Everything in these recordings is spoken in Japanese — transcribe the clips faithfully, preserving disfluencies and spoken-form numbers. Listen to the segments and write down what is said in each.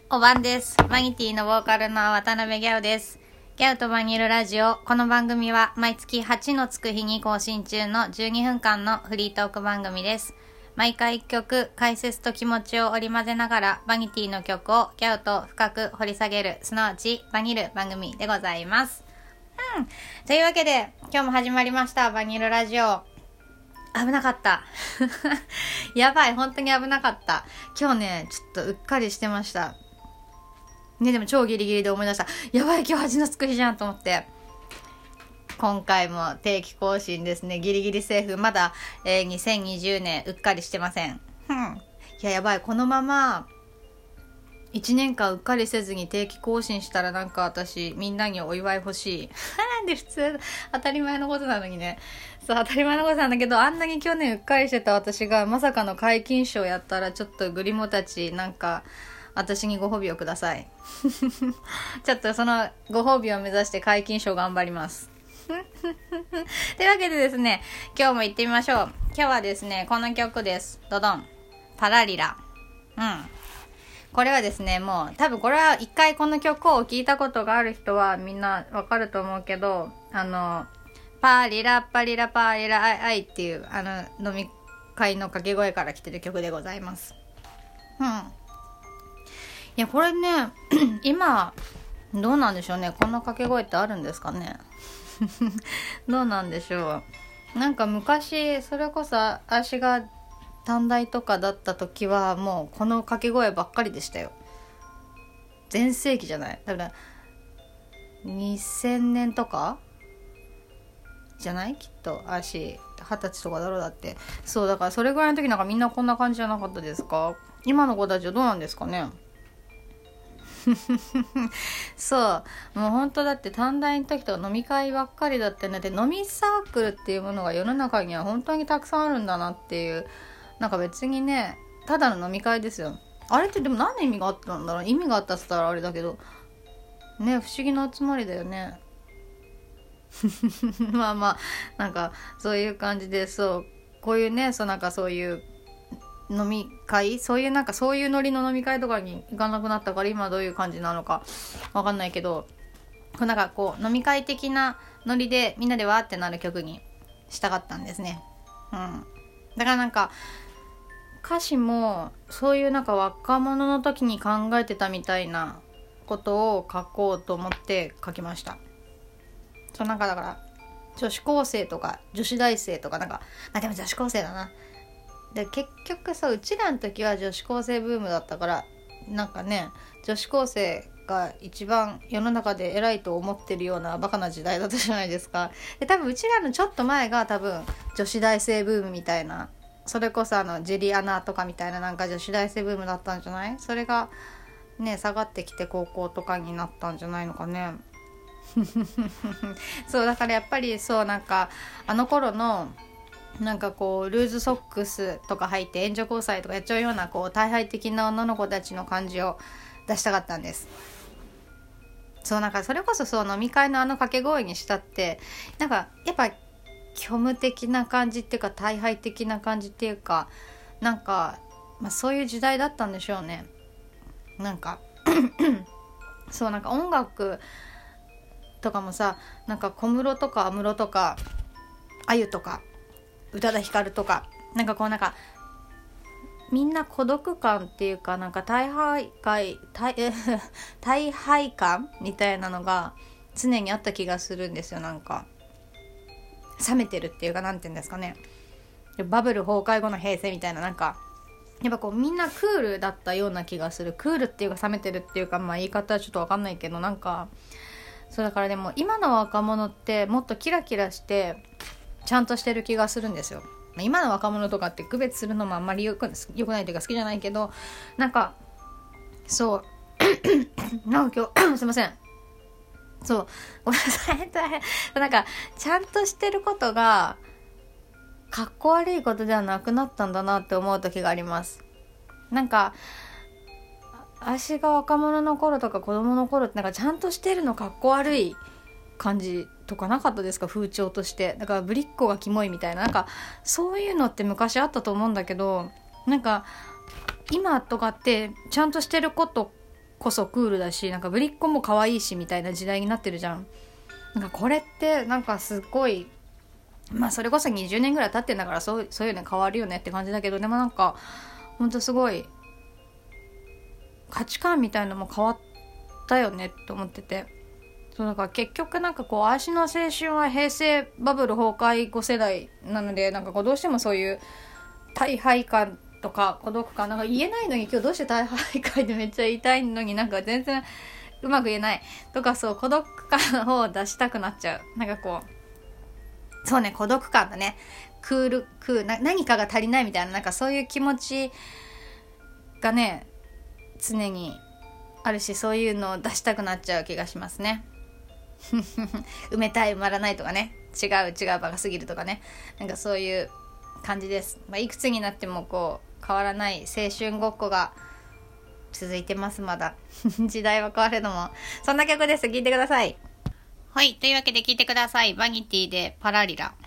おばんです。バニティのボーカルの渡辺ギャオです。ギャオとバニルラジオ。この番組は毎月はちのつく日に更新中のじゅうにふんかんのフリートーク番組です。毎回いっきょく解説と気持ちを織り交ぜながらバニティの曲をギャオと深く掘り下げる、すなわちバニる番組でございます。うん。というわけで今日も始まりましたバニルラジオ。危なかったやばい、本当に危なかった。今日ねちょっとうっかりしてましたね。でも超ギリギリで思い出した。やばい、今日はちのつく日じゃんと思って、今回も定期更新ですね。ギリギリセーフ。まだ、えー、にせんにじゅうねんうっかりしてません。うん。いややばい、このままいちねんかんうっかりせずに定期更新したらなんか私みんなにお祝い欲しいなんで普通当たり前のことなのにね。そう当たり前のことなんだけど、あんなに去年うっかりしてた私がまさかの皆勤賞やったら、ちょっとグリモたちなんか私にご褒美をくださいちょっとそのご褒美を目指して皆勤賞頑張りますというわけでですね、今日も行ってみましょう。今日はですねこの曲です。ドドン、パラリラ。うん、これはですね、もう多分これは一回この曲を聴いたことがある人はみんなわかると思うけど、あのパリラパリラパリラアイアイっていうあの飲み会の掛け声から来てる曲でございます。うん。いやこれね今どうなんでしょうね。こんな掛け声ってあるんですかねどうなんでしょう。なんか昔それこそ私が短大とかだった時はもうこの掛け声ばっかりでしたよ。全盛期じゃない、だからにせんねんとかじゃない、きっと。私二十歳とかだろう。だってそうだから、それぐらいの時なんかみんなこんな感じじゃなかったですか。今の子たちはどうなんですかねそうもう本当だって短大の時とか飲み会ばっかりだったね。で飲みサークルっていうものが世の中には本当にたくさんあるんだなっていう。なんか別にねただの飲み会ですよ。あれってでも何の意味があったんだろう。意味があったっつったらあれだけどね、不思議な集まりだよねまあまあなんかそういう感じで、そうこういうね、そうなんかそういう飲み会、そういうなんかそういうノリの飲み会とかに行かなくなったから、今どういう感じなのかわかんないけど、こうなんかこう飲み会的なノリでみんなでわーってなる曲にしたかったんですね。うん。だからなんか歌詞もそういうなんか若者の時に考えてたみたいなことを書こうと思って書きました。そうなんかだから女子高生とか女子大生とかなんか、まあでも女子高生だな。で結局さ、うちらの時は女子高生ブームだったから、なんかね女子高生が一番世の中で偉いと思ってるようなバカな時代だったじゃないですか。で多分うちらのちょっと前が多分女子大生ブームみたいな、それこそあのジェリアナとかみたいななんか女子大生ブームだったんじゃない。それがね下がってきて高校とかになったんじゃないのかねそうだからやっぱりそうなんかあの頃のなんかこうルーズソックスとか履いて援助交際とかやっちゃうようなこう大敗的な女の子たちの感じを出したかったんです。そうなんかそれこそそう飲み会のあの掛け声にしたってなんかやっぱ虚無的な感じっていうか大敗的な感じっていうかなんか、まあ、そういう時代だったんでしょうね。なんかそうなんか音楽とかもさ、なんか小室とか安室とかあゆとか宇多田ヒカルとかなんかこうなんかみんな孤独感っていうかなんか大敗感大大敗感みたいなのが常にあった気がするんですよ。なんか冷めてるっていうかなんていうんですかね、バブル崩壊後の平成みたいな、なんかやっぱこうみんなクールだったような気がする。クールっていうか冷めてるっていうか、まあ言い方はちょっとわかんないけど、なんかそうだからでも今の若者ってもっとキラキラしてちゃんとしてる気がするんですよ。今の若者とかって区別するのもあんまりよく、よくないというか好きじゃないけど、なんかそうなんか今日すいません、そうごめんなさいなんかちゃんとしてることがかっこ悪いことではなくなったんだなって思う時があります。なんか私が若者の頃とか子供の頃ってなんかちゃんとしてるのかっこ悪い感じとかなかったですか、風潮として。だからぶりっ子がキモいみたいな、なんかそういうのって昔あったと思うんだけど、なんか今とかってちゃんとしてることこそクールだし、なんかぶりっ子も可愛いしみたいな時代になってるじゃん。なんかこれってなんかすごい、まあそれこそにじゅうねんぐらい経ってんだからそう、そういうの変わるよねって感じだけど、でもなんかほんとすごい価値観みたいなのも変わったよねと思ってて、そうだから結局なんかこう私の青春は平成バブル崩壊後世代なので、なんかこうどうしてもそういう大敗感とか孤独感なんか言えないのに、今日どうして大敗感でめっちゃ言いたいのになんか全然うまく言えないとか、そう孤独感を出したくなっちゃう。なんかこうそうね、孤独感だね、クールクールな何かが足りないみたいな、なんかそういう気持ちがね常にあるし、そういうのを出したくなっちゃう気がしますね。埋めたい埋まらないとかね、違う違うバカすぎるとかね、なんかそういう感じです。まあ、いくつになってもこう変わらない青春ごっこが続いてます。まだ時代は変わるのもそんな曲です。聴いてください。はい、というわけで聴いてください。バニティでパラリラ。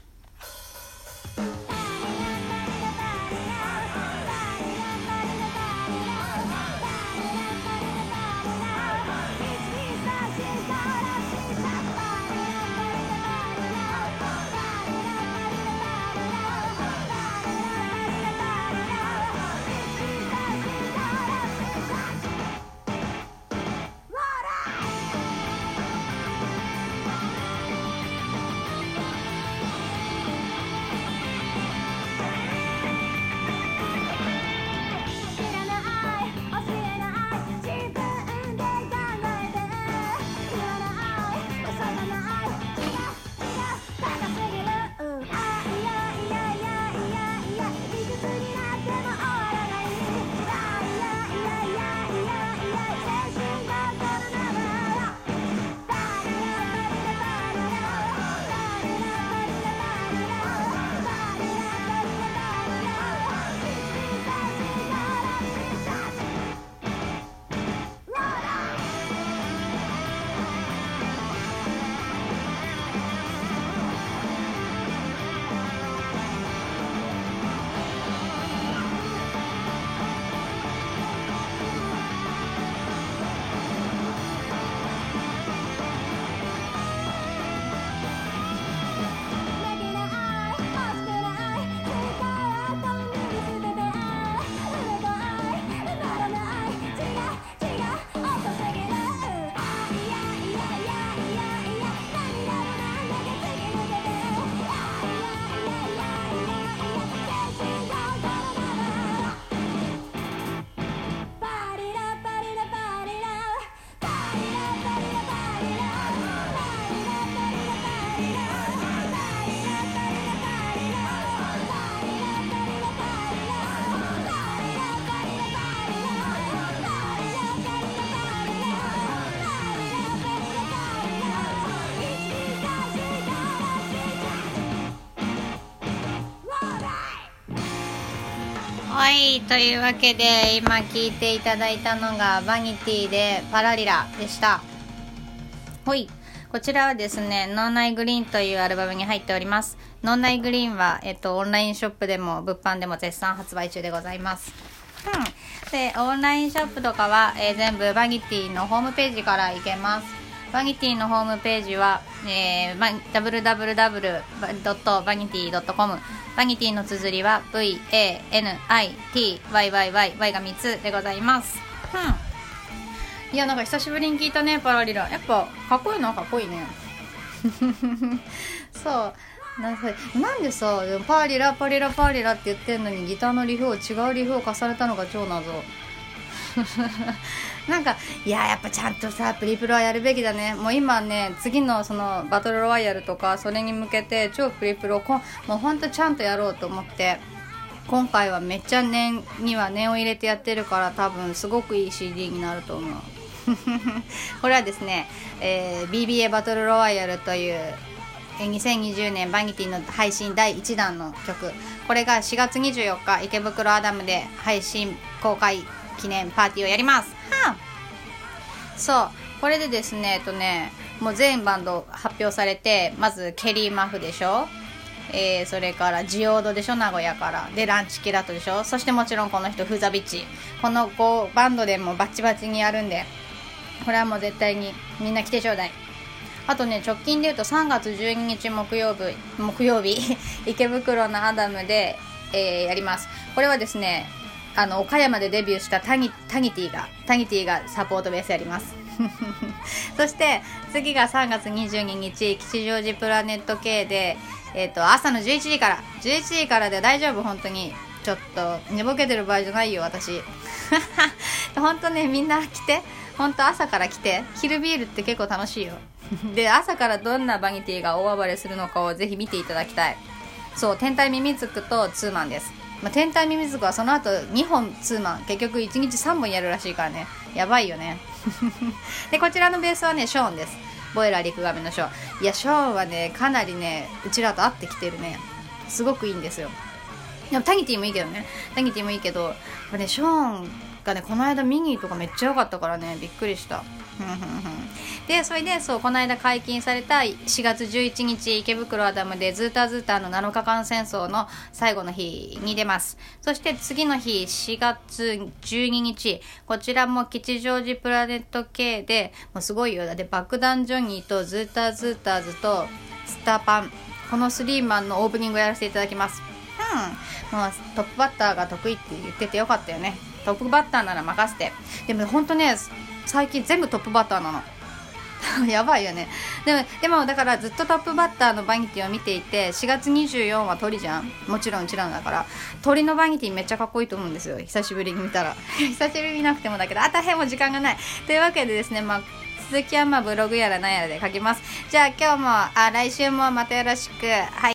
はい、というわけで今聴いていただいたのがバニティでパラリラでした。ほい、こちらはですね、脳内グリーンというアルバムに入っております。脳内グリーンは、えっと、オンラインショップでも物販でも絶賛発売中でございます。うん、でオンラインショップとかは、えー、全部バニティのホームページから行けます。バニティのホームページは、えー、ダブリューダブリューダブリュードットバニティドットコム、 バニティの綴りは ブイエーエヌアイティーワイワイワイワイ がみっつでございます。うん、いやなんか久しぶりに聞いたね、パラリラ。やっぱかっこいいのはかっこいいね。そうな, なんでさパリラパリラパリラって言ってんのにギターのリフを違うリフを重ねたのが超謎。なんかいややっぱちゃんとさプリプロはやるべきだね。もう今ね次のそのバトルロワイヤルとかそれに向けて超プリプロこもうほんとちゃんとやろうと思って今回はめっちゃ念には念を入れてやってるから多分すごくいい シーディー になると思う。これはですね、えー、ビービーエー バトルロワイヤルというにせんにじゅうねんバニティの配信だいいちだんの曲、これがしがつにじゅうよっか池袋アダムで配信公開記念パーティーをやります。はあ、そうこれでですねえっとねもう全バンド発表されて、まずケリーマフでしょ、えー、それからジオードでしょ、名古屋からでランチキラットでしょ、そしてもちろんこの人フーザビッチ、このこうバンドでもバチバチにやるんでこれはもう絶対にみんな来てちょうだい。あとね、直近で言うとさんがつじゅうににち木曜日木曜日池袋のアダムで、えー、やります。これはですね、あの岡山でデビューしたタニタニティがタニティがサポートベースやりますそして次がさんがつにじゅうににち吉祥寺プラネット系で、えー、と朝のじゅういちじからじゅういちじからで大丈夫、本当にちょっと寝ぼけてる場合じゃないよ私本当ね、みんな来て、本当朝から来て、昼ビールって結構楽しいよで、朝からどんなバニティが大暴れするのかをぜひ見ていただきたい。そう、天体ミミズクとツーマンです。まあ、天体ミミズクはその後にほんツーマン、結局いちにちさんぼんやるらしいからね、やばいよねで、こちらのベースはね、ショーンです。ボイラー陸亀のショーン。いや、ショーンはね、かなりね、うちらと合ってきてるね。すごくいいんですよ。でもタニティもいいけどね、タニティもいいけど、やっぱね、ショーンがね、この間ミニーとかめっちゃ良かったからね、びっくりしたで、それで、そう、この間解禁されたしがつじゅういちにち池袋アダムでズーターズーターのなのかかん戦争の最後の日に出ます。そして次の日しがつじゅうににち、こちらも吉祥寺プラネット系で、もうすごいよ。だって爆弾ジョニーとズーターズーターズとスタパン、このスリーマンのオープニングをやらせていただきます。うん、もうトップバッターが得意って言っててよかったよね。トップバッターなら任せて。でもほんとね、最近全部トップバッターなのやばいよね。でも、でもだからずっとトップバッターのバニティを見ていて、しがつにじゅうよっかは鳥じゃん、もちろんうちらのだから。鳥のバニティめっちゃかっこいいと思うんですよ、久しぶりに見たら久しぶりに見なくてもだけど、あ、大変もう時間がないというわけでですね、まあ続きはまあブログやらなんやらで書きます。じゃあ今日も、あ、来週もまたよろしく。はい。